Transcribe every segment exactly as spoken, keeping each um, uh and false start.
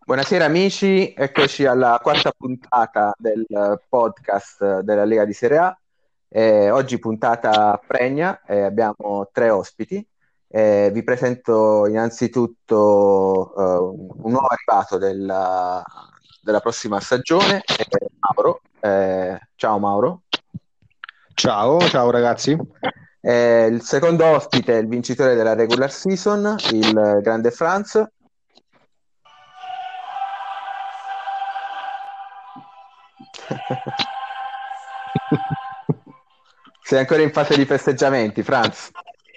Buonasera amici, eccoci alla quarta puntata del podcast della Lega di Serie A. Eh, oggi puntata pregna, eh, abbiamo tre ospiti. Eh, vi presento innanzitutto eh, un nuovo arrivato della, della prossima stagione, eh, Mauro. Eh, ciao Mauro. Ciao, ciao ragazzi. Eh, il secondo ospite è il vincitore della regular season, il grande Franz. Sei ancora in fase di festeggiamenti, Franz?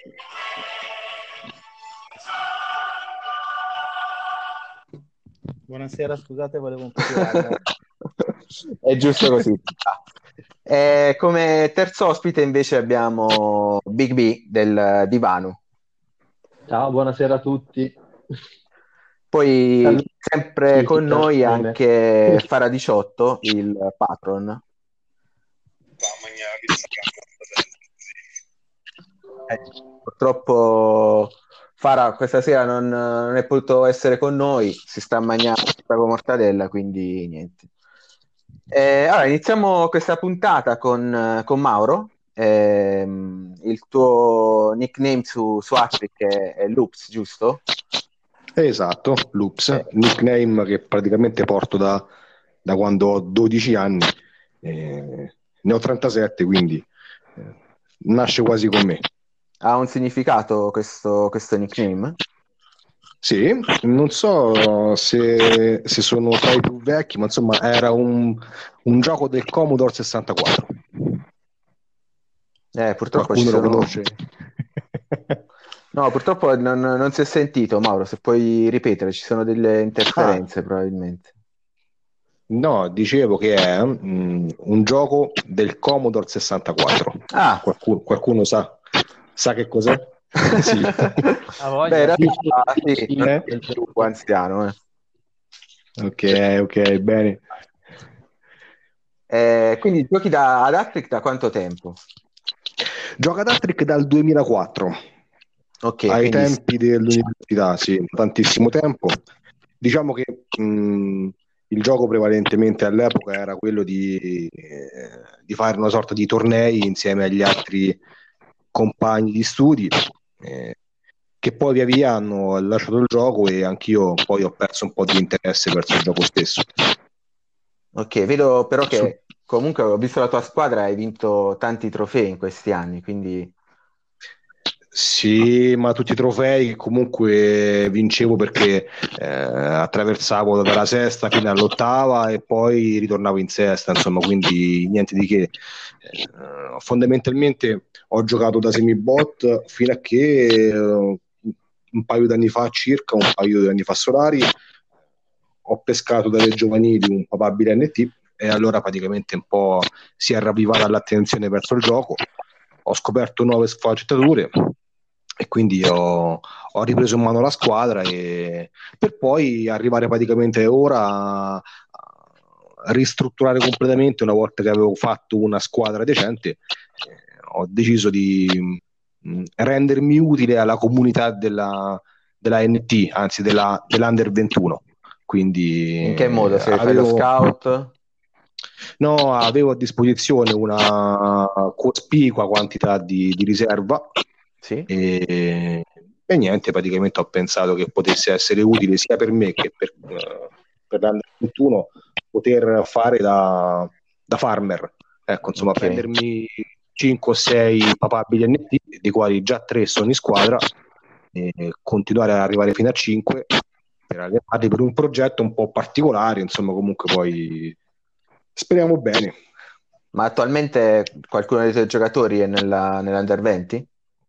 Buonasera, scusate, volevo un po' di acqua. È giusto così. E come terzo ospite invece abbiamo Big B del Divano. Ciao, buonasera a tutti. Poi sempre Sì, con noi ahimè. anche Fara diciotto, il patron. Eh, purtroppo Fara questa sera non, non è potuto essere con noi, si sta mangiando con mortadella, quindi niente. Eh, allora, iniziamo questa puntata con, con Mauro. Ehm, il tuo nickname su, su Hattrick è, è Loops, giusto? Esatto, Loops, Eh, nickname che praticamente porto da, da quando ho dodici anni, eh, ne ho trentasette, quindi eh, nasce quasi con me. ha un significato questo, questo nickname? Sì, non so se, se sono tra i più vecchi, ma insomma era un, un gioco del Commodore sessantaquattro. Eh, purtroppo ci Qualcuno lo sono... conosce? No, purtroppo non, non si è sentito, Mauro, se puoi ripetere, ci sono delle Ah, interferenze probabilmente. no, dicevo che è mm, un gioco del Commodore sessantaquattro. Ah! Qualcuno, qualcuno sa, sa che cos'è? Sì. A Beh, in voglia. realtà Sì, sì, sì, non Eh? è più anziano. eh. Ok, ok, bene. Eh, quindi giochi da, ad Hattrick da quanto tempo? Gioca ad Hattrick dal duemilaquattro, Ok, ai quindi tempi dell'università, sì, tantissimo tempo. Diciamo che mh, il gioco prevalentemente all'epoca era quello di, eh, di fare una sorta di tornei insieme agli altri compagni di studi, eh, che poi via via hanno lasciato il gioco e anch'io poi ho perso un po' di interesse verso il gioco stesso. ok, vedo però Su- che comunque ho visto la tua squadra, hai vinto tanti trofei in questi anni, quindi Sì, ma tutti i trofei che comunque vincevo perché eh, attraversavo dalla sesta fino all'ottava e poi ritornavo in sesta, insomma, quindi niente di che. Eh, fondamentalmente ho giocato da semibot fino a che eh, un paio d'anni fa, circa un paio di anni fa solari, ho pescato dalle giovanili un papabile N T e allora praticamente un po' si è ravvivata l'attenzione verso il gioco, ho scoperto nuove sfaccettature e quindi ho, ho ripreso in mano la squadra e per poi arrivare praticamente ora a ristrutturare completamente una volta che avevo fatto una squadra decente. Eh, ho deciso di mh, rendermi utile alla comunità della, della N T, anzi della, dell'Under ventuno. Quindi in che modo? eh, Se fai lo avevo, scout? no, avevo a disposizione una cospicua quantità di, di riserva Sì? e, e niente, praticamente ho pensato che potesse essere utile sia per me che per, eh, per l'Under ventuno poter fare da, da farmer. Ecco, insomma, Ok. prendermi cinque o sei papabili N T, dei quali già tre sono in squadra, e continuare ad arrivare fino a cinque per allenarli per un progetto un po' particolare, insomma, comunque poi speriamo bene. Ma attualmente qualcuno dei tuoi giocatori è nella, nell'Under venti?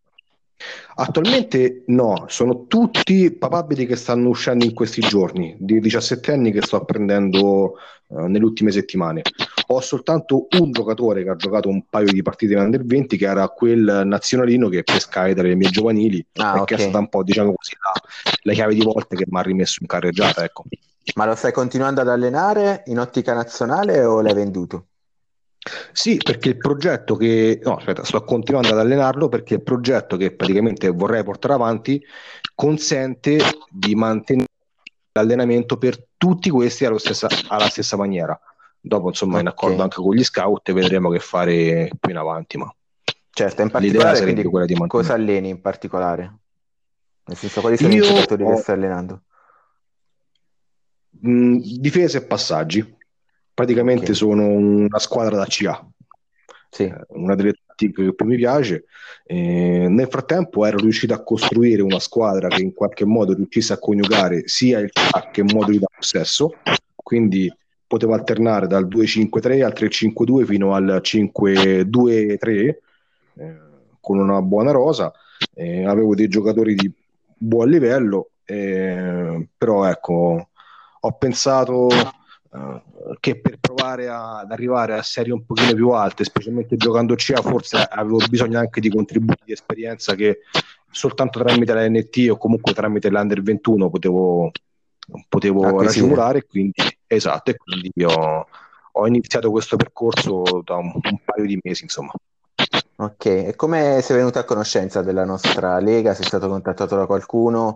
Attualmente no, sono tutti papabili che stanno uscendo in questi giorni, di diciassette anni che sto apprendendo eh, nelle ultime settimane. Ho soltanto un giocatore che ha giocato un paio di partite in Under venti, che era quel nazionalino che pescai dalle mie giovanili Ah, e che è stata ok. un po', diciamo così, la, la chiave di volte che mi ha rimesso in carreggiata, ecco. Ma lo stai continuando ad allenare in ottica nazionale o l'hai venduto? Sì, perché il progetto che... No, aspetta, sto continuando ad allenarlo perché il progetto che praticamente vorrei portare avanti consente di mantenere l'allenamento per tutti questi allo stessa, alla stessa maniera. Dopo, insomma, in accordo Ok. anche con gli scout, vedremo che fare più in avanti, ma Certo, in l'idea particolare, sarebbe quindi quella di cosa mantenere. alleni in particolare? Nel senso, quali sono i Io giocatori che ho stai allenando? mh, difesa e passaggi. Ok, Praticamente sono una squadra da C A, sì, eh, una delle tattiche che più mi piace. Eh, nel frattempo ero riuscito a costruire una squadra che in qualche modo riuscisse a coniugare sia il C A che moduli da possesso, quindi potevo alternare dal due cinque tre al tre cinque due fino al cinque due tre, eh, con una buona rosa. Eh, avevo dei giocatori di buon livello, eh, però ecco, ho pensato eh, che per provare a- ad arrivare a serie un pochino più alte, specialmente giocando C A, forse avevo bisogno anche di contributi di esperienza che soltanto tramite la N T o comunque tramite l'Under ventuno potevo, potevo acquisire. raggiungere, quindi esatto, e quindi ho, ho iniziato questo percorso da un, un paio di mesi, insomma. Ok, e come sei venuto a conoscenza della nostra lega? Sei stato contattato da qualcuno?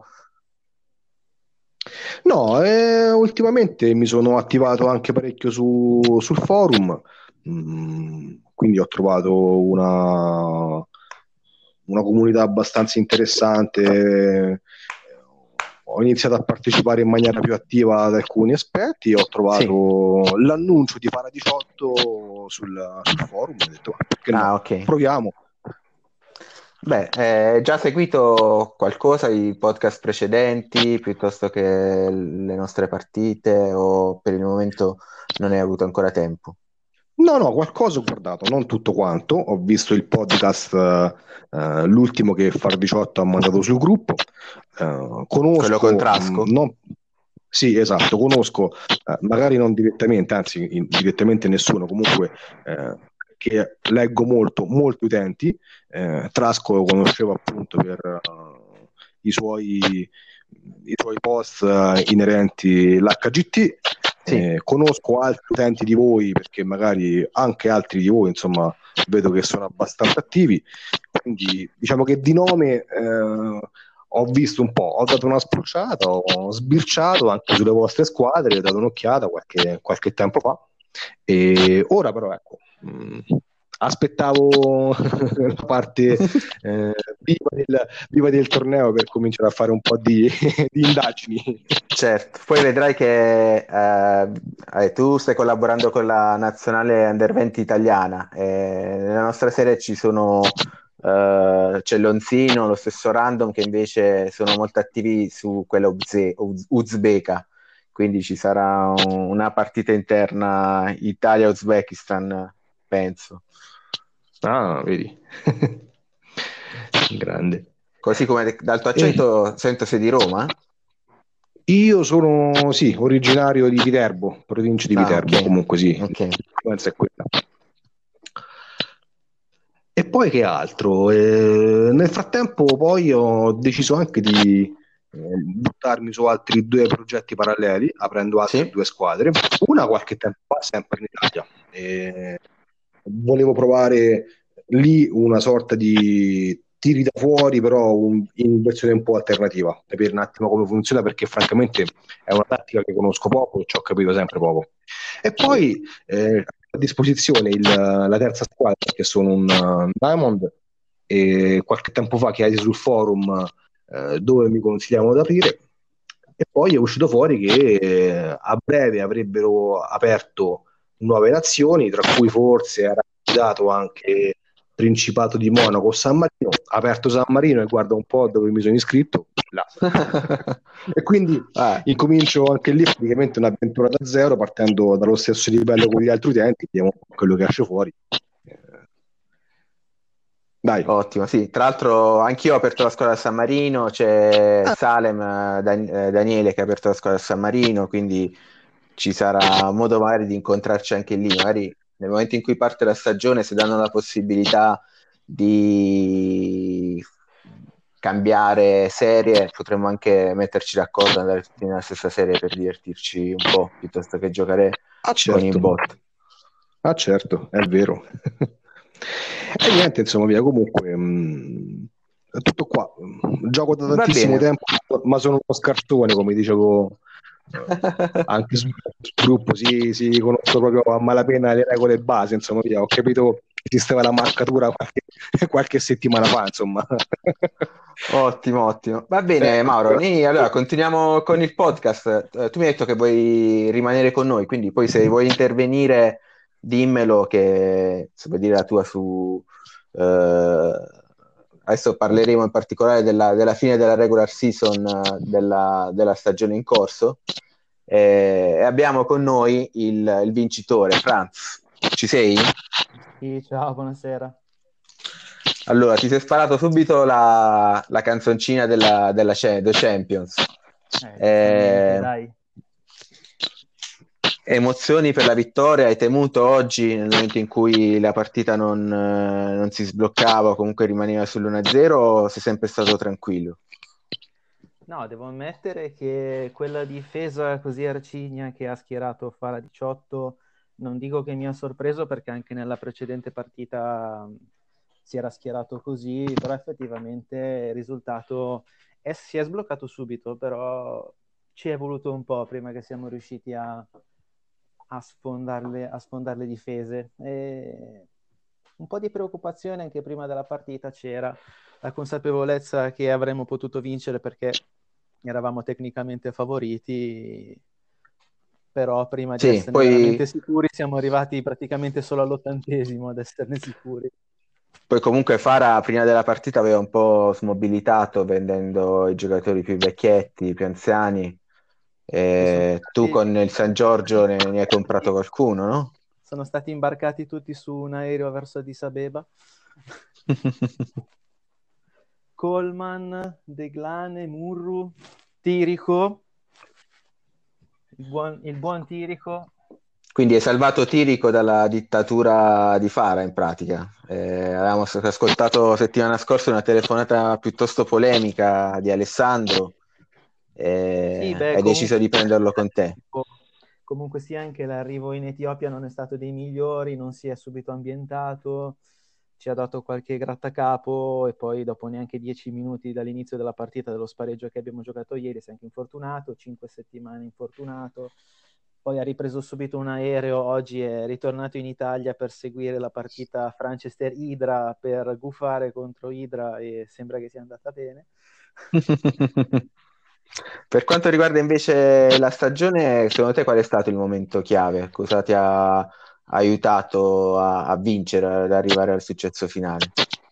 No, eh, ultimamente mi sono attivato anche parecchio su- sul forum, mm, quindi ho trovato una, una comunità abbastanza interessante. Ho iniziato a partecipare in maniera più attiva ad alcuni aspetti e ho Sì. trovato l'annuncio di Para diciotto sul, sul forum. Ho detto, "Ma perché no? Ah, ok. Proviamo." Beh, eh, hai già seguito qualcosa, i podcast precedenti, piuttosto che le nostre partite, o per il momento non hai avuto ancora tempo? No, no, qualcosa ho guardato, non tutto quanto. Ho visto il podcast, eh, eh, l'ultimo che Far diciotto ha mandato sul gruppo. Eh, Quello con conosco, mh, Trasco? non- sì, esatto, conosco, eh, magari non direttamente, anzi, in- direttamente nessuno, comunque, eh, che leggo molto, molti utenti. Eh, Trasco lo conoscevo appunto per eh, i suoi, i suoi post eh, inerenti all'H G T. Sì. Eh, conosco altri utenti di voi perché magari anche altri di voi, insomma, vedo che sono abbastanza attivi, quindi diciamo che di nome eh, ho visto un po', ho dato una spulciata, ho sbirciato anche sulle vostre squadre, ho dato un'occhiata qualche, qualche tempo fa, e ora però ecco, mh, aspettavo la parte eh, viva, del, viva del torneo per cominciare a fare un po' di, di indagini. Certo, poi vedrai che eh, eh, tu stai collaborando con la nazionale Under venti italiana. E nella nostra serie ci sono eh, c'è Lonzino, lo stesso Random, che invece sono molto attivi su quella uzbe- uz- uzbeka, quindi ci sarà un- una partita interna Italia-Uzbekistan, penso. Ah, vedi. Grande. Così come dal tuo Eh, accento sento sei di Roma? io sono, sì, originario di Viterbo, provincia di Ah, ok, Viterbo, comunque sì, ok. l'influenza è quella. E poi che altro? Eh, nel frattempo poi ho deciso anche di eh, buttarmi su altri due progetti paralleli, aprendo altre Sì? due squadre. Una qualche tempo fa, sempre in Italia. Eh, volevo provare lì una sorta di tiri da fuori, però un- in versione un po' alternativa, capire un attimo come funziona, perché francamente è una tattica che conosco poco e ci ho capito sempre poco. E poi eh, a disposizione il- la terza squadra, che sono un uh, Diamond, e qualche tempo fa chiesi sul forum eh, dove mi consigliavano di aprire, e poi è uscito fuori che eh, a breve avrebbero aperto nuove nazioni, tra cui forse era dato anche Principato di Monaco o San Marino. Aperto San Marino e guarda un po' dove mi sono iscritto, là. E quindi Ah, incomincio anche lì praticamente un'avventura da zero, partendo dallo stesso livello con gli altri utenti, vediamo quello che esce fuori. Eh, Dai. ottimo, sì. Tra l'altro anch'io ho aperto la scuola a San Marino, c'è Ah, Salem, eh, Dan- eh, Daniele che ha aperto la scuola a San Marino, quindi ci sarà modo magari di incontrarci anche lì. Magari nel momento in cui parte la stagione, se danno la possibilità di cambiare serie, potremmo anche metterci d'accordo, andare tutti nella stessa serie per divertirci un po', piuttosto che giocare ah, con i certo. bot. Ah, certo, è vero. E niente, insomma, via, comunque, mh, è tutto qua. Gioco da Va tantissimo bene. tempo, ma sono uno scartone, come dicevo, anche sul gruppo si, si conoscono proprio a malapena le regole base, insomma, via. Ho capito che esisteva la marcatura qualche, qualche settimana fa, insomma. Ottimo, ottimo. Va Eh, bene, Mauro. Noi allora continuiamo con il podcast. Eh, tu mi hai detto che vuoi rimanere con noi, quindi poi se vuoi intervenire, dimmelo che se vuoi dire la tua su... eh, adesso parleremo in particolare della, della fine della regular season eh, della, della stagione in corso. Eh, e abbiamo con noi il, il vincitore, Franz. Ci sei? Sì, ciao, buonasera. Allora, ti sei sparato subito la, la canzoncina della, della Cha- The Champions. Eh, giustamente, Eh, dai. emozioni per la vittoria? Hai temuto oggi, nel momento in cui la partita non, eh, non si sbloccava o comunque rimaneva sull'uno a zero, o sei sempre stato tranquillo? No, devo ammettere che quella difesa così arcigna che ha schierato Fara diciotto, non dico che mi ha sorpreso perché anche nella precedente partita mh, si era schierato così, però effettivamente il risultato è- si è sbloccato subito, però ci è voluto un po' prima che siamo riusciti a, a sfondarle, a sfondare le difese. E un po' di preoccupazione anche prima della partita c'era, la consapevolezza che avremmo potuto vincere perché eravamo tecnicamente favoriti, però prima di Sì, esserne veramente poi, sicuri siamo arrivati praticamente solo all'ottantesimo ad esserne sicuri. poi comunque Fara prima della partita aveva un po' smobilitato vendendo i giocatori più vecchietti, più anziani. E sono Eh, tu stati, con il San Giorgio ne, ne hai comprato qualcuno, no? sono stati imbarcati tutti su un aereo verso Addis Abeba. Coleman, Deglane, Murru, Tirico, il buon, il buon Tirico. Quindi hai salvato Tirico dalla dittatura di Fara, in pratica. Eh, avevamo as- ascoltato settimana scorsa una telefonata piuttosto polemica di Alessandro, Sì, e beh, hai deciso comunque, di prenderlo con te. comunque sia anche l'arrivo in Etiopia non è stato dei migliori, non si è subito ambientato, ci ha dato qualche grattacapo e poi dopo neanche dieci minuti dall'inizio della partita dello spareggio che abbiamo giocato ieri si è anche infortunato, cinque settimane infortunato, poi ha ripreso subito un aereo, oggi è ritornato in Italia per seguire la partita Franchester-Idra per gufare contro Idra e sembra che sia andata bene. Per quanto riguarda invece la stagione, secondo te qual è stato il momento chiave? Cosa ti ha aiutato a, a vincere, ad arrivare al successo finale?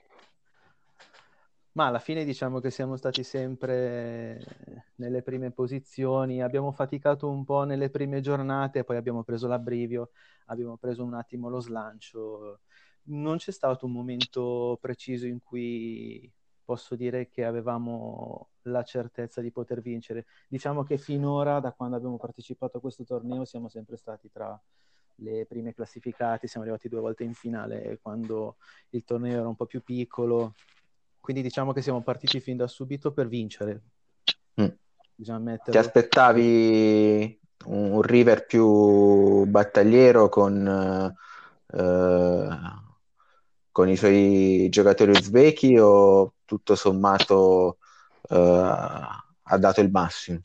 Ma alla fine diciamo che siamo stati sempre nelle prime posizioni, abbiamo faticato un po' nelle prime giornate, poi abbiamo preso l'abbrivio, abbiamo preso un attimo lo slancio. Non c'è stato un momento preciso in cui posso dire che avevamo la certezza di poter vincere. Diciamo che finora, da quando abbiamo partecipato a questo torneo, siamo sempre stati tra le prime classificate, siamo arrivati due volte in finale quando il torneo era un po' più piccolo, quindi diciamo che siamo partiti fin da subito per vincere, Mm. bisogna Ti ammetterlo. aspettavi un, un River più battagliero con, eh, con i suoi giocatori uzbeki o tutto sommato eh, ha dato il massimo?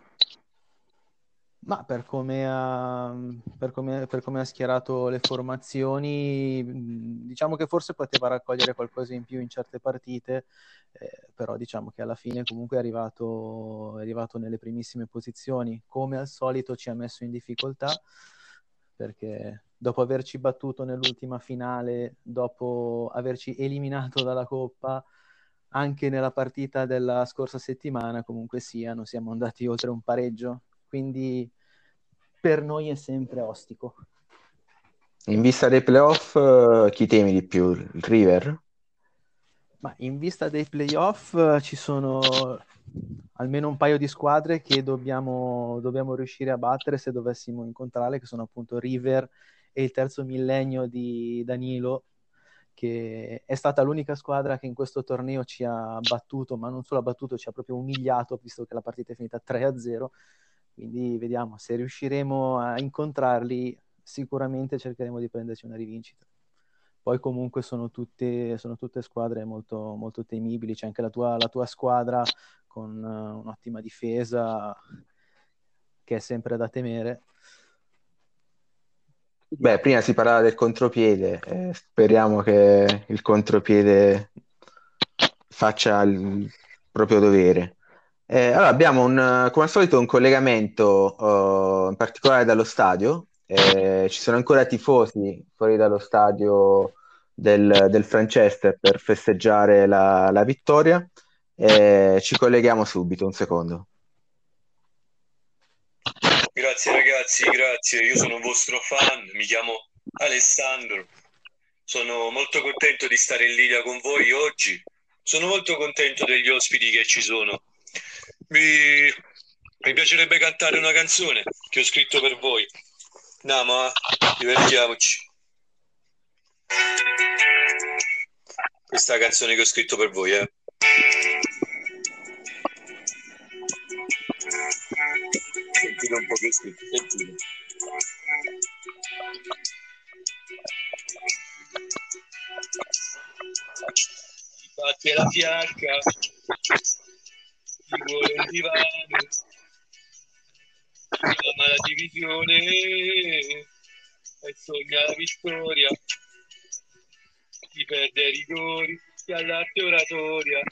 Ma per come ha, per come, per come ha schierato le formazioni, mh, diciamo che forse poteva raccogliere qualcosa in più in certe partite, eh, però diciamo che alla fine comunque è arrivato, è arrivato nelle primissime posizioni. Come al solito ci ha messo in difficoltà, perché dopo averci battuto nell'ultima finale, dopo averci eliminato dalla Coppa, anche nella partita della scorsa settimana, comunque sia, non siamo andati oltre un pareggio. Quindi per noi è sempre ostico. In vista dei playoff, eh, chi temi di più? Il River? Ma in vista dei playoff eh, ci sono almeno un paio di squadre che dobbiamo, dobbiamo riuscire a battere se dovessimo incontrarle, che sono appunto River e il terzo millennio di Danilo, che è stata l'unica squadra che in questo torneo ci ha battuto, ma non solo ha battuto, ci ha proprio umiliato, visto che la partita è finita tre a zero. Quindi vediamo, se riusciremo a incontrarli, sicuramente cercheremo di prenderci una rivincita. Poi comunque sono tutte, sono tutte squadre molto, molto temibili, c'è anche la tua, la tua squadra con uh, un'ottima difesa che è sempre da temere. Beh, prima si parlava del contropiede, eh, speriamo che il contropiede faccia il proprio dovere. Eh, allora, abbiamo un, eh, come al solito un collegamento, eh, in particolare dallo stadio. Eh, ci sono ancora tifosi fuori dallo stadio del, del Franchester per festeggiare la, la vittoria. Eh, ci colleghiamo subito, un secondo. Grazie ragazzi, grazie. Io sono un vostro fan, mi chiamo Alessandro. Sono molto contento di stare in linea con voi oggi. Sono molto contento degli ospiti che ci sono. Mi, mi piacerebbe cantare una canzone che ho scritto per voi. Andiamo, eh? Divertiamoci. Questa è la canzone che ho scritto per voi, eh. Sentite un po' che ho scritto, sentite. Ti batte la fiacca, ti vuole un divano, ti ama la divisione e sogna la vittoria, ti perde i rigori, ti all'arte oratoria,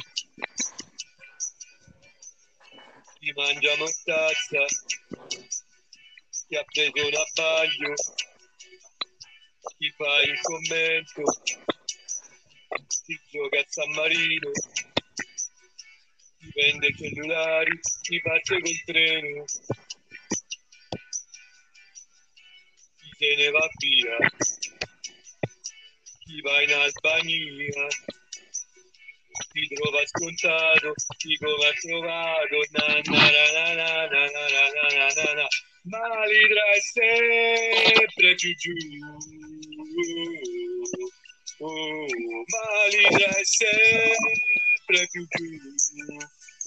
ti mangia mortazza, ti ha preso un abbaglio, ti fai il commento, ti gioca a San Marino, ti vende cellulari, ti parte col treno, ti se ne va via, ti va in Albania, ti trova scontato, ti come ha trovato, na na na na na na na na na na, ma l'idra è sempre più giù, oh, ma l'idra è sempre più giù,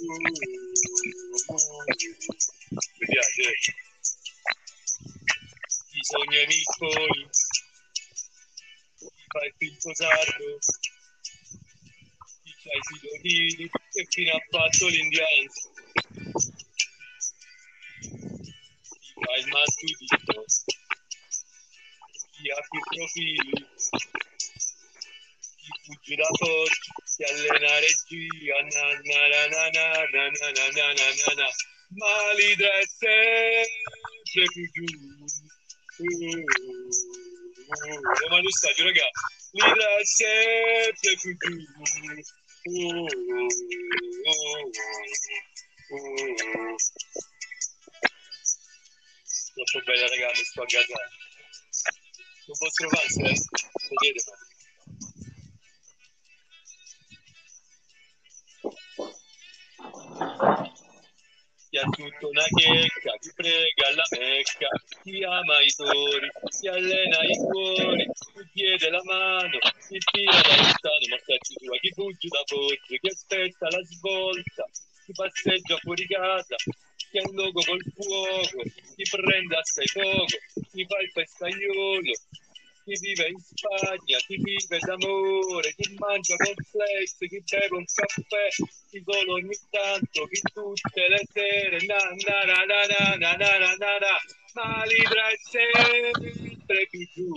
oh, mi piace, ti sogna i miccoli, ti fa il finto sardo, ai sidonini e fino ha fatto l'indianza, chi fa il mattutino, chi ha più profili, chi fugge da forza, si allena a regia, na na na na na na na na na na na na, ma l'idra è sempre più giù, uh, uh, ma lo stadio raga, l'idra è sempre più giù. Oh, oh, oh, oh. Troppo bella raga, mi sto a gasare. Un vostro fan, eh? Vedete? Ti ha tutto una checca, ti prega alla Mecca, ti ama i tori, ti allena i cuori, ti chiede la mano, ti tira da lontano, ma stai tua, chi fugge da forza, chi aspetta la svolta, chi passeggia fuori casa, chi ha il logo col fuoco, chi prende assai poco, chi fa il festaiolo, chi vive in Spagna, chi vive d'amore, chi mangia complex, chi beve un caffè, chi solo ogni tanto, chi tutte le sere, na na na na na na na na na na, ma l'idra è sempre più giù.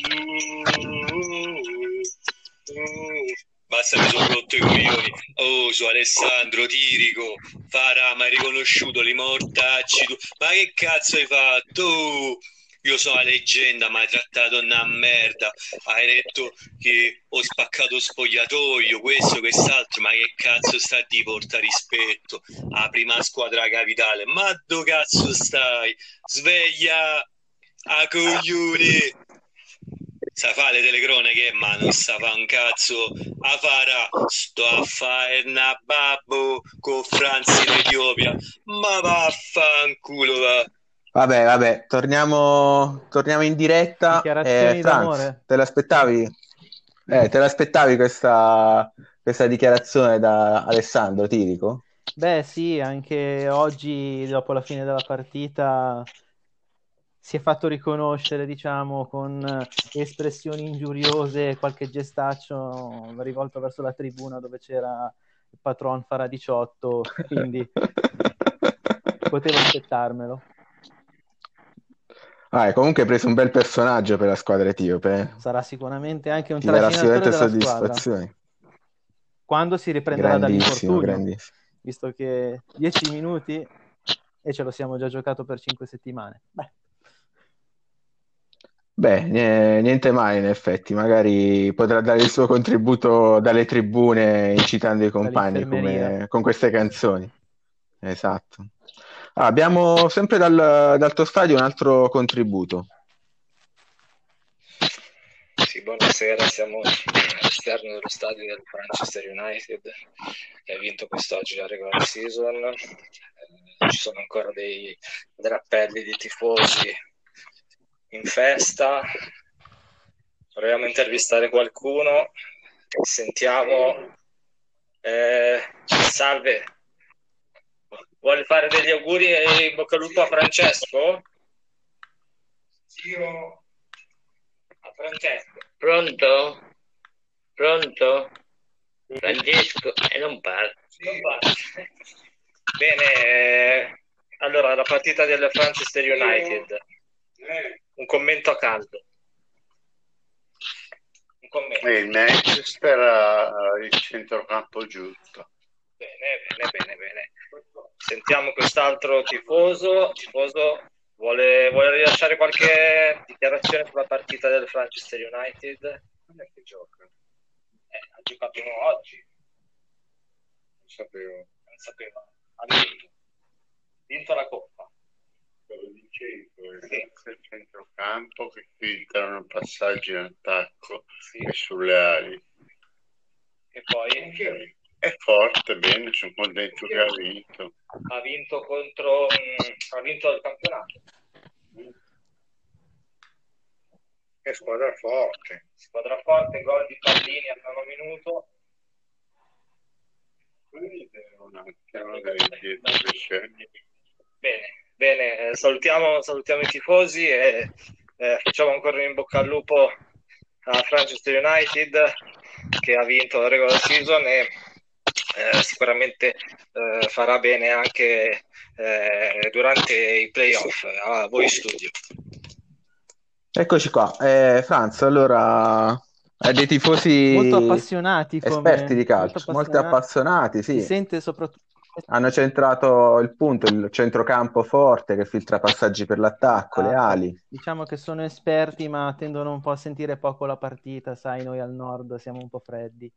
Oh, basta, mi sono rotto i coglioni. Oh, su Alessandro Tirico, Farah, mi hai riconosciuto, li mortacci tu, ma che cazzo hai fatto? Oh, io sono la leggenda, mi hai trattato una merda, hai detto che ho spaccato spogliatoio, questo, quest'altro, ma che cazzo sta di porta rispetto? La prima squadra capitale, ma dove cazzo stai? Sveglia, a coglioni! Sa fa le telecronache, ma non sa fa un cazzo. A Farah, sto a fare una babbo con Franzi in Etiopia, ma vaffanculo va. Vabbè, vabbè, torniamo, torniamo in diretta. Dichiarazioni Eh, Franz, d'amore. te l'aspettavi? Eh, te l'aspettavi questa, questa dichiarazione da Alessandro Tirico? Beh, sì, anche oggi, dopo la fine della partita, si è fatto riconoscere, diciamo, con espressioni ingiuriose, qualche gestaccio rivolto verso la tribuna dove c'era il patron Farah diciotto, quindi potevo aspettarmelo. Ah, hai comunque preso un bel personaggio per la squadra etiope, eh. Sarà sicuramente anche un Ti darà trascinatore sicuramente della squadra soddisfazioni. quando si riprenderà Grandissimo, dall'infortunio, grandissimo. visto che dieci minuti e ce lo siamo già giocato per cinque settimane. Beh, Beh, nie- niente male in effetti, magari potrà dare il suo contributo dalle tribune incitando i compagni dall'infermeria. come- con queste canzoni. Esatto. Ah, abbiamo sempre dal, dal tuo stadio un altro contributo. Sì, buonasera, siamo all'esterno dello stadio del Manchester United che ha vinto quest'oggi la regular season. Eh, ci sono ancora dei drappelli di tifosi in festa. Proviamo a intervistare qualcuno. Sentiamo. Eh, salve, vuole fare degli auguri e in bocca al lupo a Francesco? Io a Francesco. Pronto? Pronto? Francesco, e non parla. Non parla. Bene, eh, allora la partita del Manchester United. Un commento a caldo. Un commento. E il Manchester ha il centrocampo giusto. Bene, bene, bene, bene. Sentiamo quest'altro tifoso. Tifoso vuole, vuole rilasciare qualche dichiarazione sulla partita del Manchester United? Non è che gioca. Eh, ha giocato oggi. Non sapevo. Non sapevo. Ha vinto. Ha vinto la Coppa. Quello di centro, il centrocampo che filtrano passaggi in attacco Sì. e sulle ali. E poi È forte, bene, sono contento che ha vinto. ha vinto contro mh, ha vinto il campionato. È squadra forte. Squadra forte, gol di Pallini al nono minuto. Quelli devono andare dietro le scene. Bene, bene, eh, salutiamo, salutiamo i tifosi e eh, facciamo ancora un in bocca al lupo a Manchester United che ha vinto la regular season e eh, sicuramente eh, farà bene anche eh, durante i playoff. A voi studio. Eccoci qua. Eh, Franz, allora hai dei tifosi Molto appassionati, esperti come, di calcio, molto molto appassionati. appassionati, Si sì. sente soprattutto Hanno centrato il punto, il centrocampo forte che filtra passaggi per l'attacco, le ali. Diciamo che sono esperti, ma tendono un po' a sentire poco la partita, sai, noi al nord siamo un po' freddi.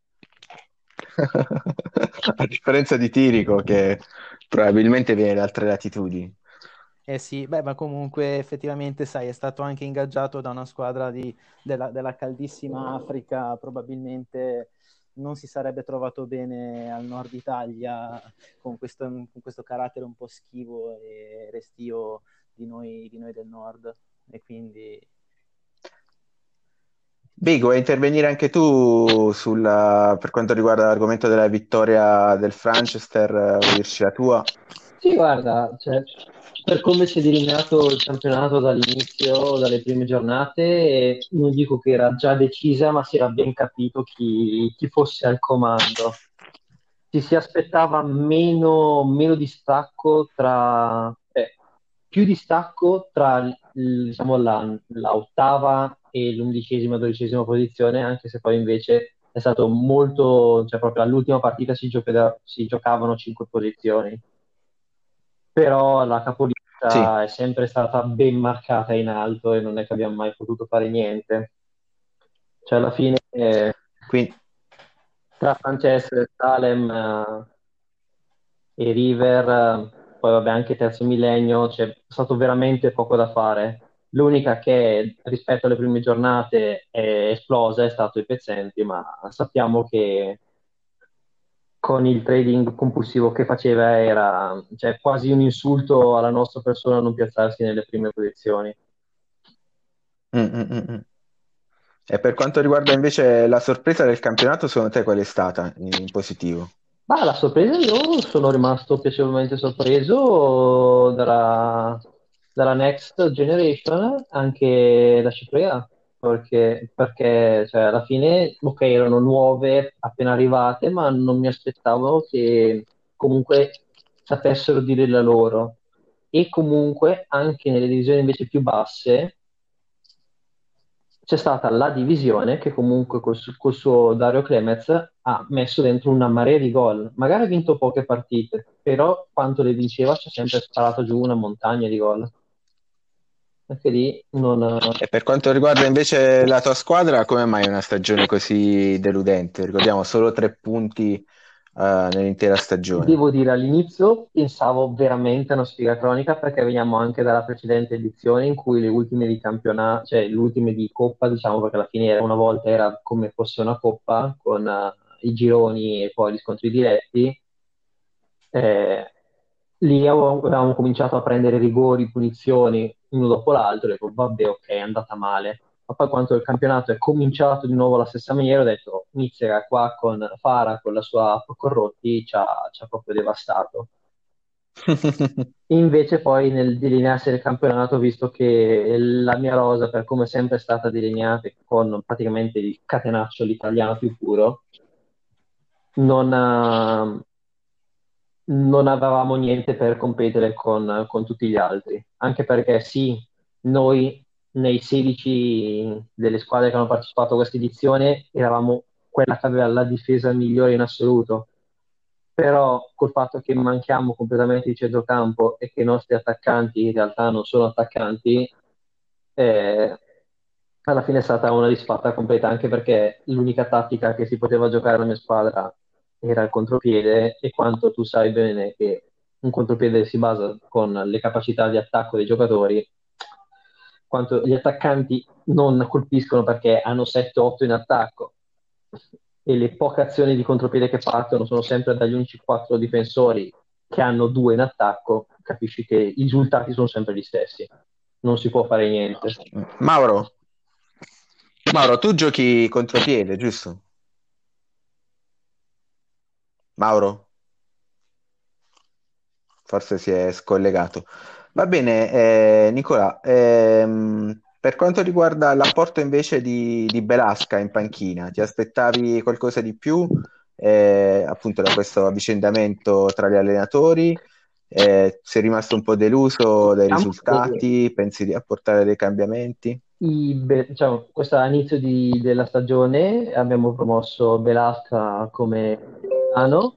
A differenza di Tirico che probabilmente viene da altre latitudini. Eh sì, beh, ma comunque effettivamente, sai, è stato anche ingaggiato da una squadra di, della, della caldissima Africa, probabilmente non si sarebbe trovato bene al nord Italia con questo, con questo carattere un po' schivo e restio di noi, di noi del nord, e quindi Big, vuoi intervenire anche tu sulla, per quanto riguarda l'argomento della vittoria del Manchester? Vuoi dirci la tua? Sì, guarda, cioè, per come si è delineato il campionato dall'inizio, dalle prime giornate, non dico che era già decisa, ma si era ben capito chi, chi fosse al comando. Ci si aspettava meno, meno distacco tra, eh, più distacco tra il- diciamo, la, la ottava e l'undicesima, dodicesima posizione, anche se poi invece è stato molto, cioè proprio all'ultima partita si gioca- si giocavano cinque posizioni, però la Sì, capolista è sempre stata ben marcata in alto e non è che abbiamo mai potuto fare niente. Cioè alla fine eh, quindi tra Francesco, Salem eh, e River, eh, poi vabbè anche Terzo Millennio, c'è stato veramente poco da fare. L'unica che rispetto alle prime giornate è esplosa è stato i pezzenti, ma sappiamo che con il trading compulsivo che faceva era cioè, quasi un insulto alla nostra persona non piazzarsi nelle prime posizioni. Mm, mm, mm, mm. E per quanto riguarda invece la sorpresa del campionato, secondo te qual è stata in positivo? Ma la sorpresa, io sono rimasto piacevolmente sorpreso dalla, dalla Next Generation, anche da Ciprea, perché, perché cioè, alla fine, ok, erano nuove, appena arrivate, ma non mi aspettavo che comunque sapessero dire la loro. e comunque anche nelle divisioni invece più basse c'è stata la divisione che comunque col, su- col suo Dario Clemez ha messo dentro una marea di gol. Magari ha vinto poche partite, però quanto le vinceva ci ha sempre sparato giù una montagna di gol. Anche lì non... E per quanto riguarda invece la tua squadra, come mai una stagione così deludente? Ricordiamo solo tre punti eh, nell'intera stagione. Devo dire, all'inizio pensavo veramente a una sfiga cronica perché veniamo anche dalla precedente edizione in cui le ultime di campionato, cioè le ultime di Coppa, diciamo, perché alla fine era- una volta era come fosse una Coppa con eh, i gironi e poi gli scontri diretti. Eh, lì avevo- avevamo cominciato a prendere rigori, punizioni uno dopo l'altro, e dico, vabbè, ok, è andata male. Ma poi quando il campionato è cominciato di nuovo alla stessa maniera, ho detto, inizierà qua con Fara, con la sua app corrotti, ci ha, ci ha proprio devastato. Invece poi nel delinearsi del campionato ho visto che la mia rosa, per come è sempre stata delineata, con praticamente il catenaccio l'italiano più puro, non, ha- non avevamo niente per competere con, con tutti gli altri, anche perché sì, noi nei sedici delle squadre che hanno partecipato a questa edizione eravamo quella che aveva la difesa migliore in assoluto, però col fatto che manchiamo completamente di centrocampo e che i nostri attaccanti in realtà non sono attaccanti, eh, alla fine è stata una disfatta completa, anche perché l'unica tattica che si poteva giocare alla mia squadra era il contropiede e quanto tu sai bene che un contropiede si basa con le capacità di attacco dei giocatori, quanto gli attaccanti non colpiscono perché hanno sette otto in attacco e le poche azioni di contropiede che partono sono sempre dagli unici quattro difensori che hanno due in attacco, capisci che i risultati sono sempre gli stessi, non si può fare niente. Mauro, Mauro, tu giochi contropiede, giusto? Mauro, forse si è scollegato. Va bene, eh, Nicola, ehm, per quanto riguarda l'apporto invece di, di Belasca in panchina, ti aspettavi qualcosa di più, eh, appunto da questo avvicendamento tra gli allenatori? Eh, sei rimasto un po' deluso dai Diciamo che risultati? Pensi di apportare dei cambiamenti? i Be- diciamo, questo all'inizio di- della stagione abbiamo promosso Belasca come capitano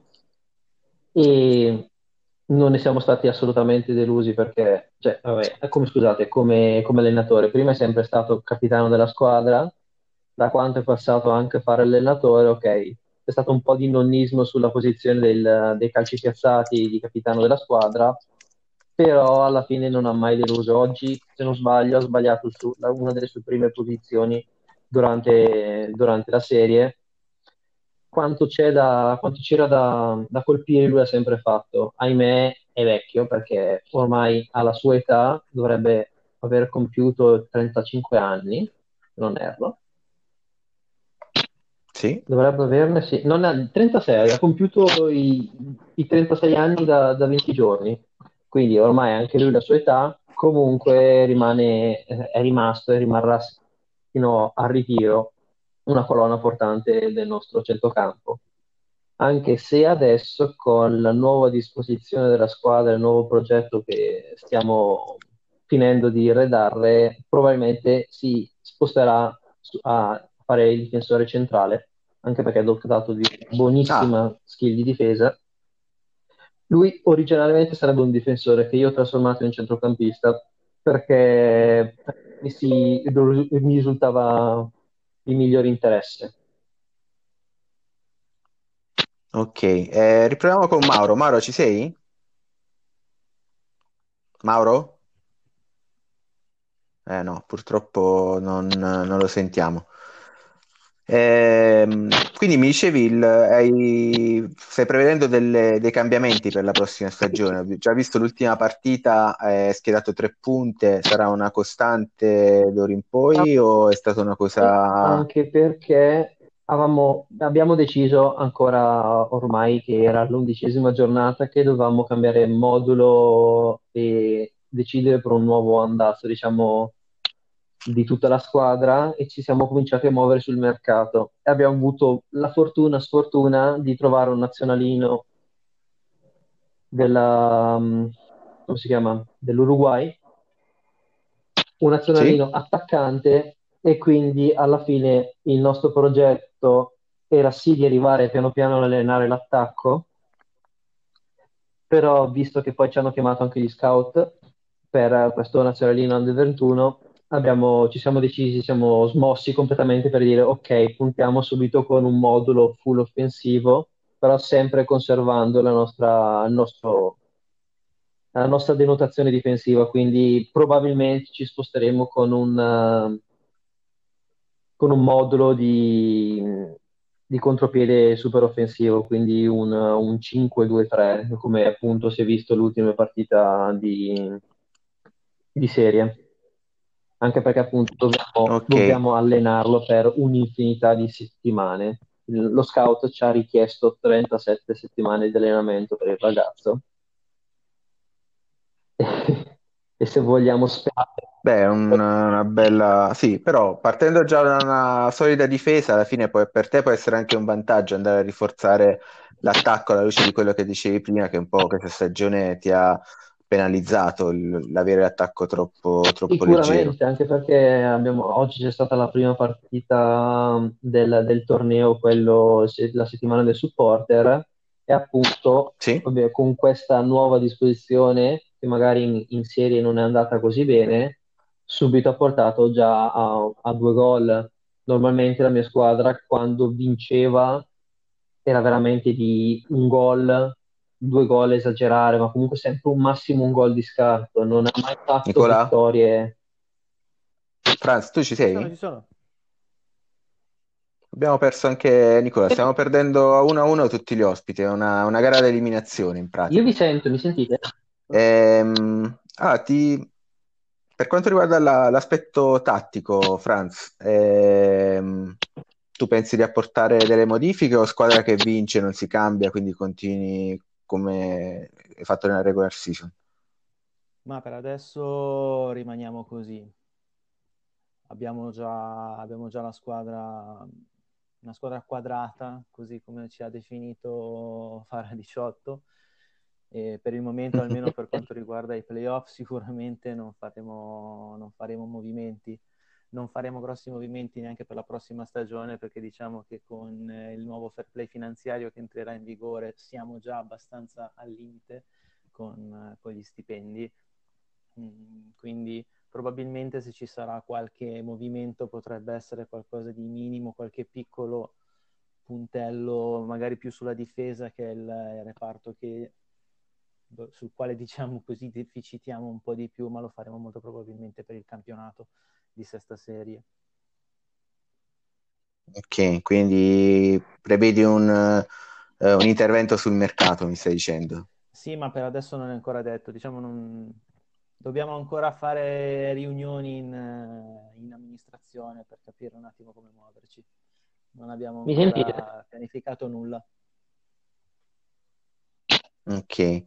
e non ne siamo stati assolutamente delusi perché, cioè, vabbè, come scusate, come, come allenatore, prima è sempre stato capitano della squadra, da quanto è passato anche a fare allenatore, ok, c'è stato un po' di nonnismo sulla posizione del- dei calci piazzati di capitano della squadra, però alla fine non ha mai deluso. Oggi, se non sbaglio, ha sbagliato su, la- una delle sue prime posizioni durante, durante la serie. Quanto c'è da, quanto c'era da, da colpire, lui ha sempre fatto. Ahimè, è vecchio perché ormai alla sua età dovrebbe aver compiuto trentacinque anni, se non erro. Sì? Dovrebbe averne, sì. Non ha, trentasei, ha compiuto i, i trentasei anni da, da venti giorni, quindi ormai anche lui la sua età, comunque rimane, eh, è rimasto e rimarrà fino al ritiro una colonna portante del nostro centrocampo. Anche se adesso con la nuova disposizione della squadra, il nuovo progetto che stiamo finendo di redarre, probabilmente si sposterà su- a fare il difensore centrale, anche perché è dotato di Ah, buonissima skill di difesa. Lui originariamente sarebbe un difensore che io ho trasformato in centrocampista perché mi, si- mi risultava di migliore interesse. ok. Eh, riproviamo con Mauro. Mauro, ci sei? Mauro? Eh no, purtroppo non, non lo sentiamo. Ehm, quindi mi dicevi, il- hai- stai prevedendo delle- dei cambiamenti per la prossima stagione. Ho già visto l'ultima partita, hai schierato tre punte, sarà una costante d'ora in poi o è stata una cosa... Anche perché avevamo- abbiamo deciso ancora ormai che era l'undicesima giornata che dovevamo cambiare modulo e decidere per un nuovo andazzo, diciamo, di tutta la squadra e ci siamo cominciati a muovere sul mercato. E abbiamo avuto la fortuna, sfortuna di trovare un nazionalino della, come si chiama, dell'Uruguay, un Sì? nazionalino attaccante, e quindi alla fine il nostro progetto era sì di arrivare piano piano ad allenare l'attacco, però visto che poi ci hanno chiamato anche gli scout per eh, questo nazionalino under ventuno, abbiamo- ci siamo decisi, siamo smossi completamente per dire ok, puntiamo subito con un modulo full offensivo, però sempre conservando la nostra, il nostro- la nostra denotazione difensiva, quindi probabilmente ci sposteremo con un, eh, con un modulo di, di contropiede super offensivo, quindi un, un cinque due tre, come appunto si è visto l'ultima partita di, di serie. Anche perché appunto dobbiamo, Ok, dobbiamo allenarlo per un'infinità di settimane. Il- Lo scout ci ha richiesto trentasette settimane di allenamento per il ragazzo. E se vogliamo sperare. beh, è un- una bella... Sì, però partendo già da una solida difesa, alla fine poi, per te può essere anche un vantaggio andare a rinforzare l'attacco alla luce di quello che dicevi prima, che un po' questa stagione ti ha penalizzato il- l'avere l'attacco troppo, troppo leggero. Sicuramente, anche perché abbiamo- oggi c'è stata la prima partita del, del torneo, quello, se- la settimana del supporter, e appunto Sì? vabbè, con questa nuova disposizione, che magari in, in serie non è andata così bene, subito ha portato già a, a due gol. Normalmente la mia squadra, quando vinceva, era veramente di un gol, due gol esagerare, ma comunque sempre un massimo un gol di scarto, non ha mai fatto Nicola? vittorie. Franz, tu ci Ci sono, sei? ci sono. Abbiamo perso anche Nicola, stiamo perdendo uno a uno tutti gli ospiti, è una, una gara di eliminazione in Io vi pratica. sento, mi sentite? Ehm, ah, ti- Per quanto riguarda la- l'aspetto tattico, Franz, ehm, tu pensi di apportare delle modifiche o squadra che vince non si cambia, quindi continui come hai fatto nella regular season? Ma per adesso rimaniamo così. Abbiamo già, abbiamo già la squadra, una squadra quadrata, così come ci ha definito Fara diciotto. E per il momento, almeno per quanto riguarda i playoff, sicuramente non faremo, non faremo movimenti. Non faremo grossi movimenti neanche per la prossima stagione, perché diciamo che con eh, il nuovo fair play finanziario che entrerà in vigore siamo già abbastanza al limite con, eh, con gli stipendi. Mm, quindi probabilmente se ci sarà qualche movimento potrebbe essere qualcosa di minimo, qualche piccolo puntello, magari più sulla difesa, che è il, il reparto che, sul quale diciamo così deficitiamo un po' di più, ma lo faremo molto probabilmente per il campionato di sesta serie. Ok, quindi prevedi un, eh, un intervento sul mercato, mi stai dicendo? Sì, ma per adesso non è ancora detto, diciamo non... Dobbiamo ancora fare riunioni in, eh, in amministrazione per capire un attimo come muoverci. Non abbiamo Mi sentite? ancora pianificato nulla. Ok.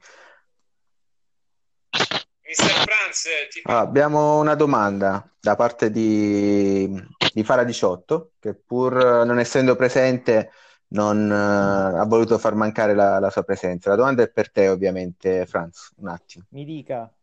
mister Franz, ti Ah, fa... abbiamo una domanda da parte di, di Fara diciotto, che pur non essendo presente non eh, ha voluto far mancare la, la sua presenza. La domanda è per te, ovviamente, Franz, un attimo. Mi dica.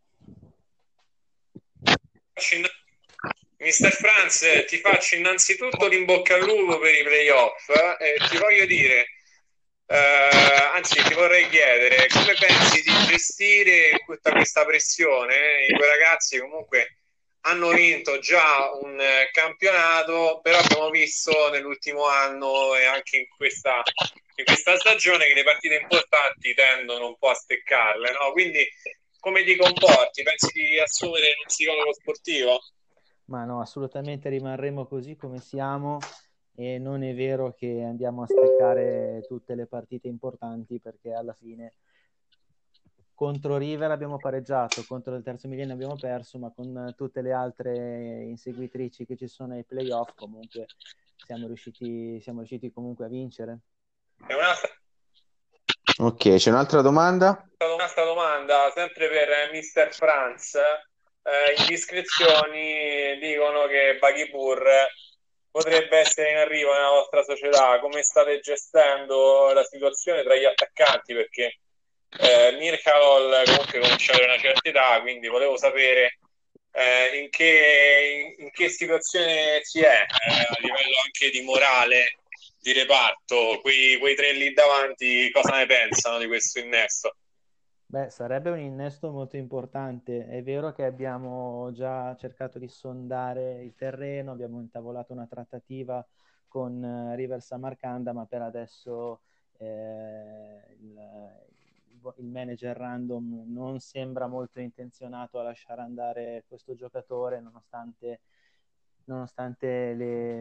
mister Franz, ti faccio innanzitutto l'in bocca al lupo per i playoff e ti voglio dire, eh, anzi ti vorrei chiedere come pensi di gestire tutta questa pressione. I tuoi ragazzi comunque hanno vinto già un eh, campionato, però abbiamo visto nell'ultimo anno e anche in questa, in questa stagione che le partite importanti tendono un po' a steccarle, no? Quindi come ti comporti? Pensi di assumere un psicologo sportivo? Ma no, assolutamente rimarremo così come siamo, e non è vero che andiamo a steccare tutte le partite importanti, perché alla fine contro River abbiamo pareggiato, contro il Terzo Millennio abbiamo perso, ma con tutte le altre inseguitrici che ci sono ai playoff comunque siamo riusciti, siamo riusciti comunque a vincere. È un'altra, Ok, c'è un'altra domanda? un'altra domanda, sempre per mister Franz. Eh, indiscrezioni dicono che Baghipur potrebbe essere in arrivo nella vostra società. Come state gestendo la situazione tra gli attaccanti? Perché eh, Mirkalol comunque comincia ad avere una certa età, quindi volevo sapere eh, in che, in che situazione si è eh, a livello anche di morale di reparto, quei, quei tre lì davanti cosa ne pensano di questo innesto? Beh, sarebbe un innesto molto importante. È vero che abbiamo già cercato di sondare il terreno, abbiamo intavolato una trattativa con eh, River Samarcanda, ma per adesso eh, il, il manager random non sembra molto intenzionato a lasciare andare questo giocatore, nonostante, nonostante le,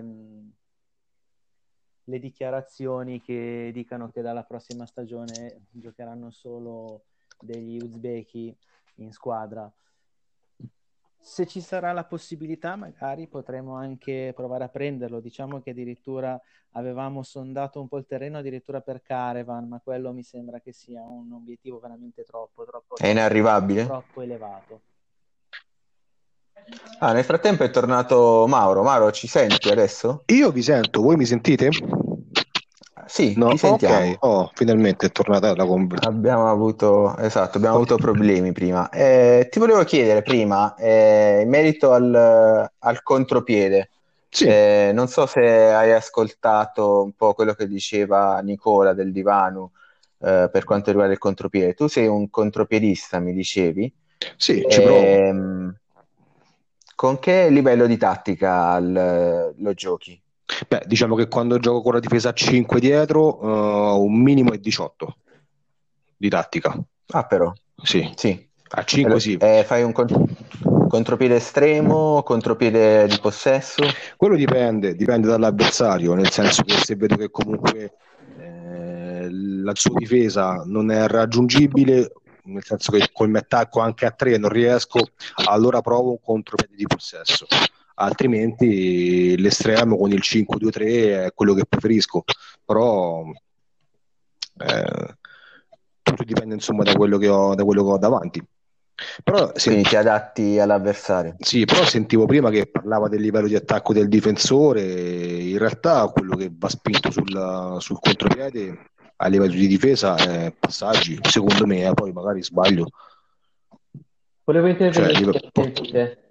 le dichiarazioni che dicano che dalla prossima stagione giocheranno solo degli uzbeki in squadra. Se ci sarà la possibilità, magari potremo anche provare a prenderlo. Diciamo che addirittura avevamo sondato un po' il terreno addirittura per Caravan, ma quello mi sembra che sia un obiettivo veramente troppo, troppo, È inarrivabile? troppo elevato. Ah, nel frattempo è tornato Mauro. Mauro, ci senti adesso? Io vi sento, voi mi sentite? Sì, No, ti sentiamo. ok, oh, finalmente è tornata la conversazione. Abbiamo avuto, esatto, abbiamo avuto problemi prima. Eh, ti volevo chiedere prima, eh, in merito al, al contropiede, Sì, eh, non so se hai ascoltato un po' quello che diceva Nicola del Divano, eh, per quanto riguarda il contropiede. Tu sei un contropiedista, mi dicevi. sì, ci provo. Ehm, con che livello di tattica al- lo giochi? Beh, diciamo che quando gioco con la difesa a cinque dietro, eh, un minimo è diciotto di tattica. Ah, però, Sì, sì. a cinque sì. Eh, fai un con- contropiede estremo, contropiede di possesso? Quello dipende, dipende dall'avversario, nel senso che se vedo che comunque eh, la sua difesa non è raggiungibile, nel senso che col mio attacco anche a tre non riesco, allora provo un contropiede di possesso. Altrimenti l'estremo con il cinque due tre è quello che preferisco, però eh, tutto dipende insomma da quello che ho, da quello che ho davanti. Però se, Quindi ti adatti all'avversario. sì, però sentivo prima che parlava del livello di attacco del difensore, in realtà quello che va spinto sul, sul contropiede a livello di difesa è passaggi, secondo me, eh, poi magari sbaglio. Volevo Cioè, intervenire, live- mi sentite?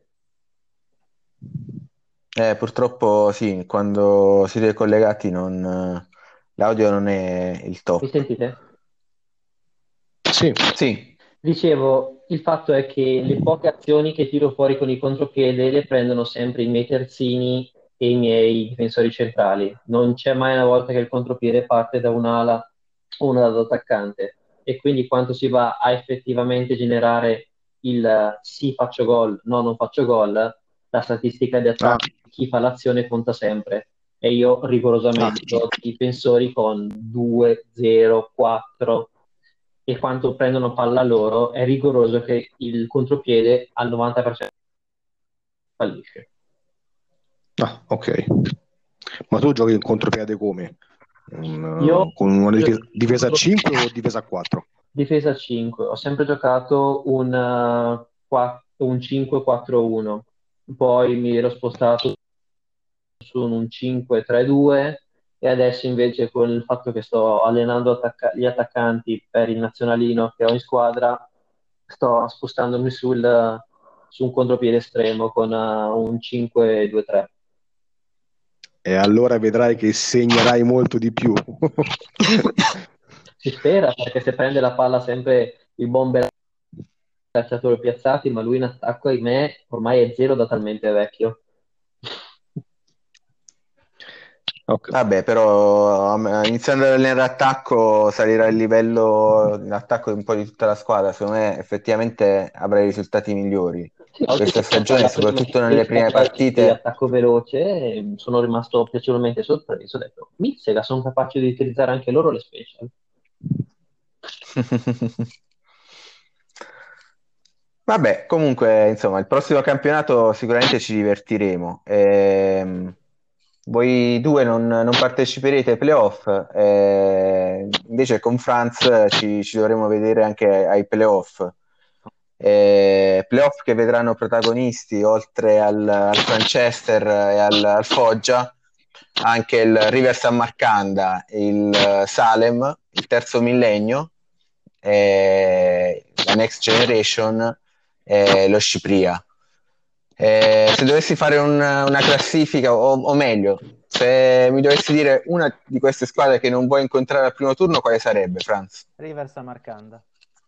Eh, purtroppo sì, quando siete collegati non, l'audio non è il Mi top. sentite? sì, Sì, Dicevo, il fatto è che le poche azioni che tiro fuori con il contropiede le prendono sempre i miei terzini e i miei difensori centrali. Non c'è mai una volta che il contropiede parte da un'ala o una dall'attaccante. E quindi quando si va a effettivamente generare il eh, sì faccio gol, no non faccio gol, la statistica di ah, attacco di chi fa l'azione conta sempre. E io ah, rigorosamente ho difensori con due, zero, quattro e quando prendono palla loro è rigoroso che il contropiede al novanta per cento fallisce. ah, ok. Ma tu giochi in contropiede come? Io Un- con una difesa, difesa a cinque o difesa a quattro? difesa cinque, ho sempre giocato un, uh, qua- un cinque quattro uno, poi mi ero spostato su un cinque tre due e adesso invece con il fatto che sto allenando attacca- gli attaccanti per il nazionalino che ho in squadra, sto spostandomi sul, su un contropiede estremo con uh, un cinque due tre. E allora vedrai che segnerai molto di più. Si spera perché se prende la palla sempre il bomber calciatori piazzati, ma lui in attacco, ahimè, ormai è zero da talmente vecchio. Ok. vabbè, però am- iniziando ad allenare attacco salirà il livello d'attacco un po' di tutta la squadra. Secondo me effettivamente avrai risultati migliori. Sì, oggi Questa che abbiamo stagione, parlato di soprattutto nelle prime Mitsega di partite, attacco veloce, eh, sono rimasto piacevolmente sorpreso. Ho detto, Mitsega sono capaci di utilizzare anche loro le special. vabbè, comunque, insomma, il prossimo campionato sicuramente ci divertiremo. Ehm, voi due non, non parteciperete ai playoff, eh, invece con Franz ci, ci dovremo vedere anche ai playoff. Eh, playoff che vedranno protagonisti, oltre al, al Manchester e al, al Foggia, anche il River San Marcanda, il Salem, il terzo millennio e la Next Generation e lo Scipria. Eh, se dovessi fare un- una classifica, o, o meglio, se mi dovessi dire una di queste squadre che non vuoi incontrare al primo turno, quale sarebbe, Franz? River Samarcanda.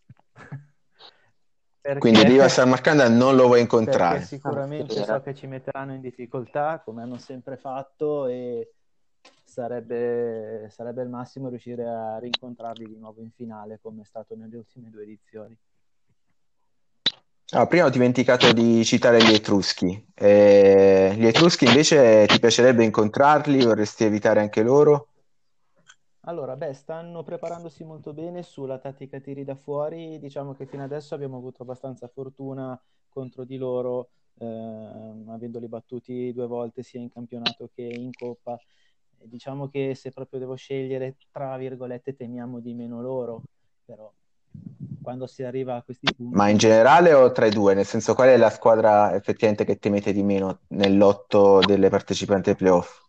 Quindi Perché, Rivas Samarcanda non lo vuoi perché incontrare. sicuramente Ah, so che ci metteranno in difficoltà, come hanno sempre fatto, e sarebbe, sarebbe il massimo riuscire a rincontrarli di nuovo in finale, come è stato nelle ultime due edizioni. Ah, prima ho dimenticato di citare gli Etruschi. Eh, gli Etruschi invece ti piacerebbe incontrarli? Vorresti evitare anche loro? Allora, beh, stanno preparandosi molto bene sulla tattica tiri da fuori. Diciamo che fino adesso abbiamo avuto abbastanza fortuna contro di loro, ehm, avendoli battuti due volte sia in campionato che in Coppa. E diciamo che se proprio devo scegliere, tra virgolette, temiamo di meno loro, però quando si arriva a questi Ma in punti. generale o tra i due? Nel senso, qual è la squadra effettivamente che temete di meno nell'otto delle partecipanti ai playoff?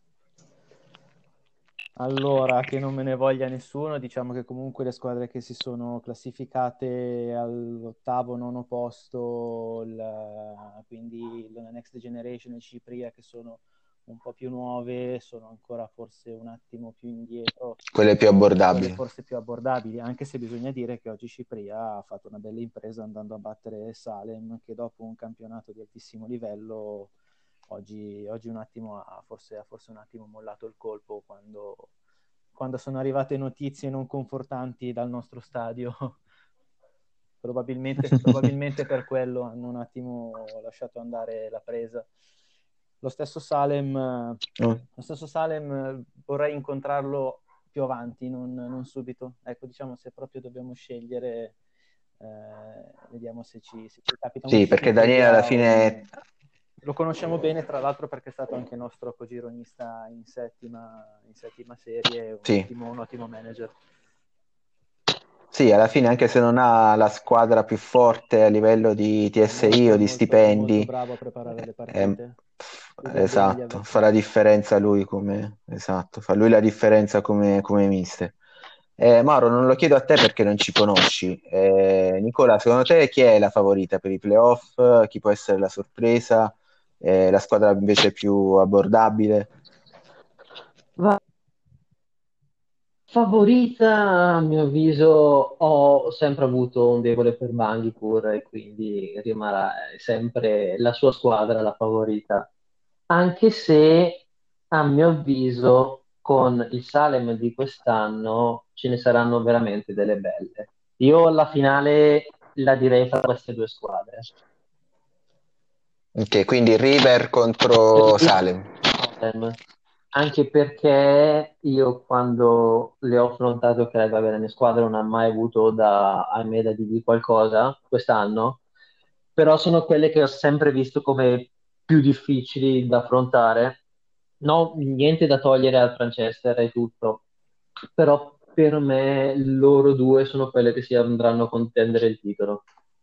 Allora, che non me ne voglia nessuno, diciamo che comunque le squadre che si sono classificate all'ottavo, nono posto, il- quindi la Next Generation e Cipria, che sono un po' più nuove, sono ancora forse un attimo più indietro, Quelle più quelle abbordabili. forse più abbordabili, anche se bisogna dire che oggi Cipria ha fatto una bella impresa andando a battere Salem, che dopo un campionato di altissimo livello oggi, oggi un attimo ha forse, ha forse un attimo mollato il colpo quando, quando sono arrivate notizie non confortanti dal nostro stadio. Probabilmente, probabilmente per quello hanno un attimo lasciato andare la presa. Lo stesso Salem, Oh. lo stesso Salem eh, vorrei incontrarlo più avanti, non, non subito. Ecco, diciamo, se proprio dobbiamo scegliere, eh, vediamo se ci, se ci capita un Sì, perché Daniele alla Cipria o un- fine... Lo conosciamo bene, tra l'altro, perché è stato anche nostro cogironista in settima, in settima serie, un Sì. ottimo, un ottimo manager. Sì, alla fine anche se non ha la squadra più forte a livello di T S I Molto, o di molto, è molto stipendi, bravo a preparare le eh, partite. Studia bene gli esatto, fa la avversari. differenza lui come, esatto, fa lui la differenza come, come mister. Eh, Mauro, non lo chiedo a te perché non ci conosci. Eh, Nicola, secondo te chi è la favorita per i playoff? Chi può essere la sorpresa? Eh, la squadra invece più abbordabile? Va- Favorita, a mio avviso, ho sempre avuto un debole per Bangipur e quindi rimarrà sempre la sua squadra la favorita. Anche se, a mio avviso, con il Salem di quest'anno ce ne saranno veramente delle belle. Io alla finale la direi tra queste due squadre. Ok, quindi River contro Salem. Tottenham. Anche perché io quando le ho affrontate, ok, va bene, la mia squadra non ha mai avuto da, a me da dirgli qualcosa quest'anno, però sono quelle che ho sempre visto come più difficili da affrontare. No, niente da togliere al Manchester e tutto, però per me loro due sono quelle che si andranno a contendere il titolo.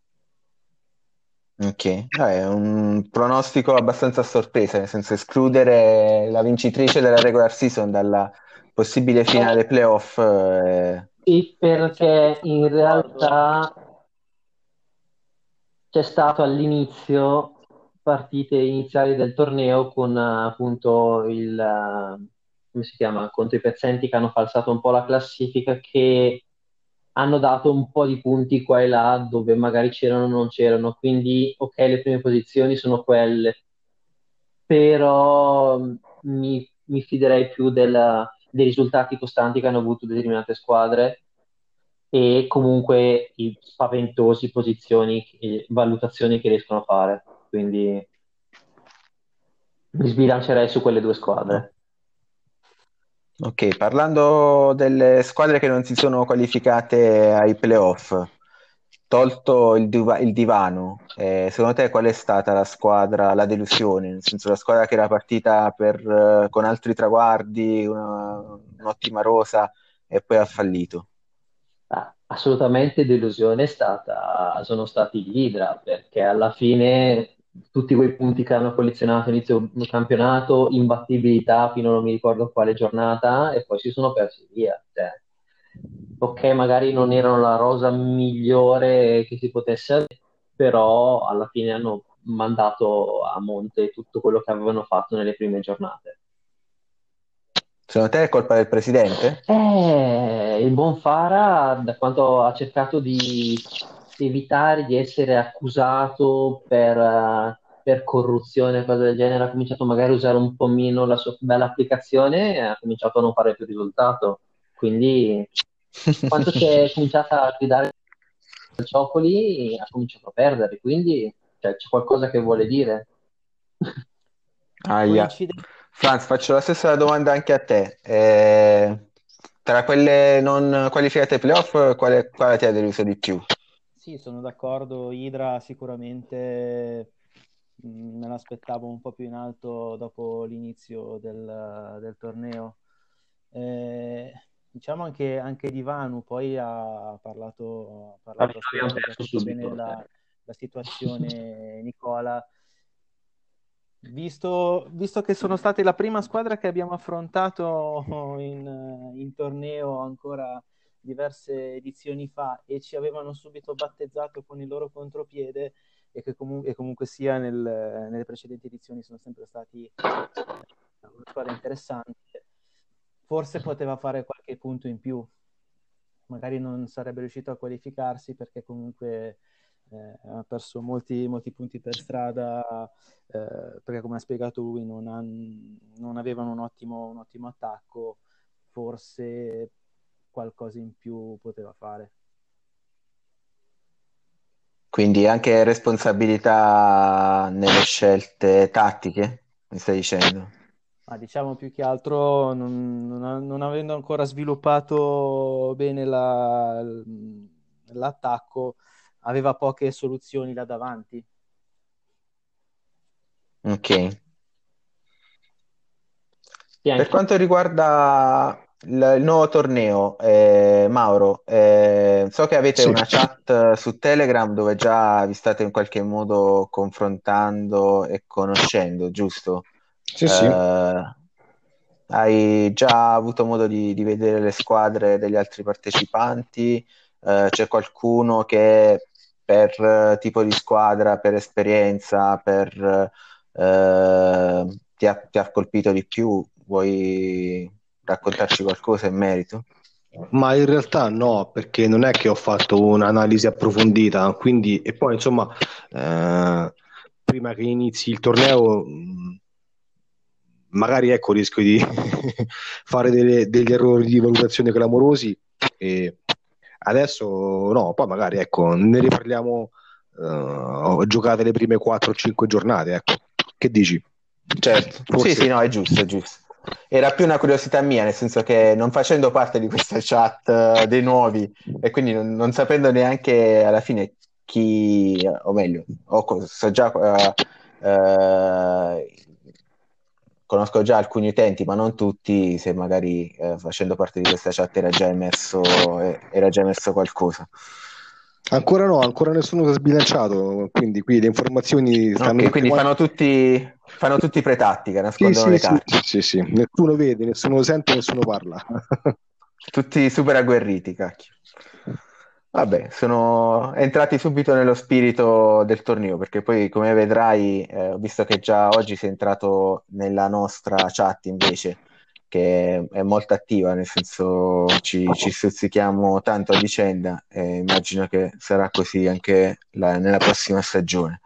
Ok, eh, è un pronostico abbastanza a sorpresa, nel senso escludere la vincitrice della regular season dalla possibile finale playoff. eh, Sì, Eh, diciamo che perché sono in d'accordo. realtà c'è stato all'inizio partite iniziali del torneo con eh, appunto il, eh, come si chiama, contro i pezzenti che hanno falsato un po' la classifica, che hanno dato un po' di punti qua e là dove magari c'erano o non c'erano, quindi ok, le prime posizioni sono quelle, però mh, mi, mi fiderei più della- dei risultati costanti che hanno avuto determinate squadre e comunque i spaventosi posizioni e valutazioni che riescono a fare. Quindi mi sbilancerei su quelle due no. squadre. Ok, parlando delle squadre che non si sono qualificate ai playoff, tolto il, diva- il divano, eh, secondo te qual è stata la squadra, la delusione? Nel senso la squadra che era partita per, eh, con altri traguardi, una- un'ottima rosa e poi ha fallito. Ah, assolutamente delusione è stata, sono stati gli Idra, perché alla fine tutti quei punti che hanno collezionato inizio campionato, imbattibilità fino a non mi ricordo quale giornata, e poi si sono persi via. Cioè, ok, magari non erano la rosa migliore che si potesse avere, però alla fine hanno mandato a monte tutto quello che avevano fatto nelle prime giornate. Secondo te è colpa del presidente? Eh, il buon Fara, da quanto ha cercato di evitare di essere accusato per, eh, per corruzione e cose del genere, ha cominciato magari a usare un po' meno la sua bella applicazione e ha cominciato a non fare più risultato. Quindi, quando si è cominciata a gridare Calciopoli, ha cominciato a perdere. Quindi, cioè, c'è qualcosa che vuole dire. Aia. Coincide. Franz, faccio la stessa domanda anche a te. Eh, tra quelle non qualificate ai playoff, quale, quale ti ha deluso di più? Sì, sono d'accordo. Idra sicuramente mh, me l'aspettavo un po' più in alto dopo l'inizio del, del torneo. Eh, diciamo anche, anche di Vanu, poi ha parlato, ha parlato, ha Abbiamo spiegato perso abbastanza bene subito. la, la situazione, Nicola. Visto, visto che sono stati la prima squadra che abbiamo affrontato in, in torneo ancora diverse edizioni fa e ci avevano subito battezzato con il loro contropiede e che comu- e comunque sia nel- nelle precedenti edizioni sono sempre stati eh, una squadra interessante, forse poteva fare qualche punto in più, magari non sarebbe riuscito a qualificarsi perché comunque eh, ha perso molti, molti punti per strada, eh, perché come ha spiegato lui non, han- non avevano un ottimo, un ottimo attacco, forse qualcosa in più poteva fare. Quindi anche responsabilità nelle scelte tattiche, mi stai dicendo? Ma diciamo più che altro non, non a- non avendo ancora sviluppato bene la- l'attacco, aveva poche soluzioni là davanti. Ok. Sì, Per anche quanto riguarda il, il nuovo torneo, eh, Mauro, eh, so che avete Sì, una chat eh, su Telegram dove già vi state in qualche modo confrontando e conoscendo, giusto? sì, sì. Eh, hai già avuto modo di, di vedere le squadre degli altri partecipanti? Eh, c'è qualcuno che per eh, tipo di squadra, per esperienza, per, eh, ti ha, ti ha colpito di più? Vuoi raccontarci qualcosa in merito? Ma in realtà no, perché non è che ho fatto un'analisi approfondita, quindi e poi insomma, eh, prima che inizi il torneo, mh, magari ecco rischio di fare delle- degli errori di valutazione clamorosi e adesso no, poi magari ecco, ne riparliamo, eh, ho giocate le prime quattro o cinque giornate, ecco. Che dici? Certo, sì, Forse sì, no, è giusto, è giusto. Era più una curiosità mia, nel senso che non facendo parte di questa chat eh, dei nuovi e quindi non, non sapendo neanche alla fine chi, o meglio, o co- so già, eh, eh, conosco già alcuni utenti, ma non tutti, se magari eh, facendo parte di questa chat era già emerso, eh, era già emerso qualcosa. ancora no, ancora nessuno si è sbilanciato, quindi qui le informazioni stanno Ok, tutte quindi quante. fanno tutti, fanno tutti pretattica, Sì, nascondono sì, le sì, carte. sì, sì, sì. Nessuno vede, nessuno sente, nessuno parla. Tutti super agguerriti, cacchio. Vabbè, sono entrati subito nello spirito del torneo, perché poi, come vedrai, eh, ho visto che già oggi sei entrato nella nostra chat invece, che è molto attiva, nel senso ci, ci stuzzichiamo tanto a vicenda e immagino che sarà così anche la- nella prossima stagione.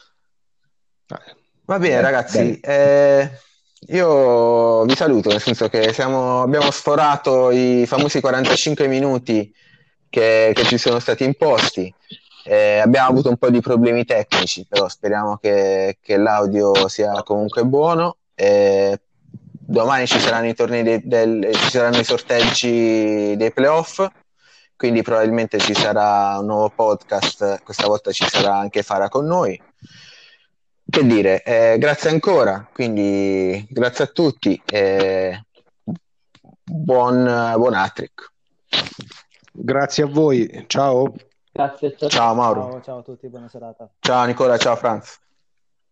Va bene, Bene, bene. ragazzi, eh, io vi saluto, nel senso che siamo- abbiamo sforato i famosi quarantacinque minuti che, che ci sono stati imposti. Eh, abbiamo avuto un po' di problemi tecnici, però speriamo che, che l'audio sia comunque buono. Eh, domani ci saranno i tornei dei- del- ci saranno i sorteggi dei playoff, quindi probabilmente ci sarà un nuovo podcast. Questa volta ci sarà anche Fara con noi. Che dire, eh, grazie ancora, quindi grazie a tutti e buon, buon hat-trick. Grazie a voi, ciao. grazie a ciascuno. Ciao Mauro, Ciao, ciao a tutti, buona serata. ciao Nicola, ciao Franz.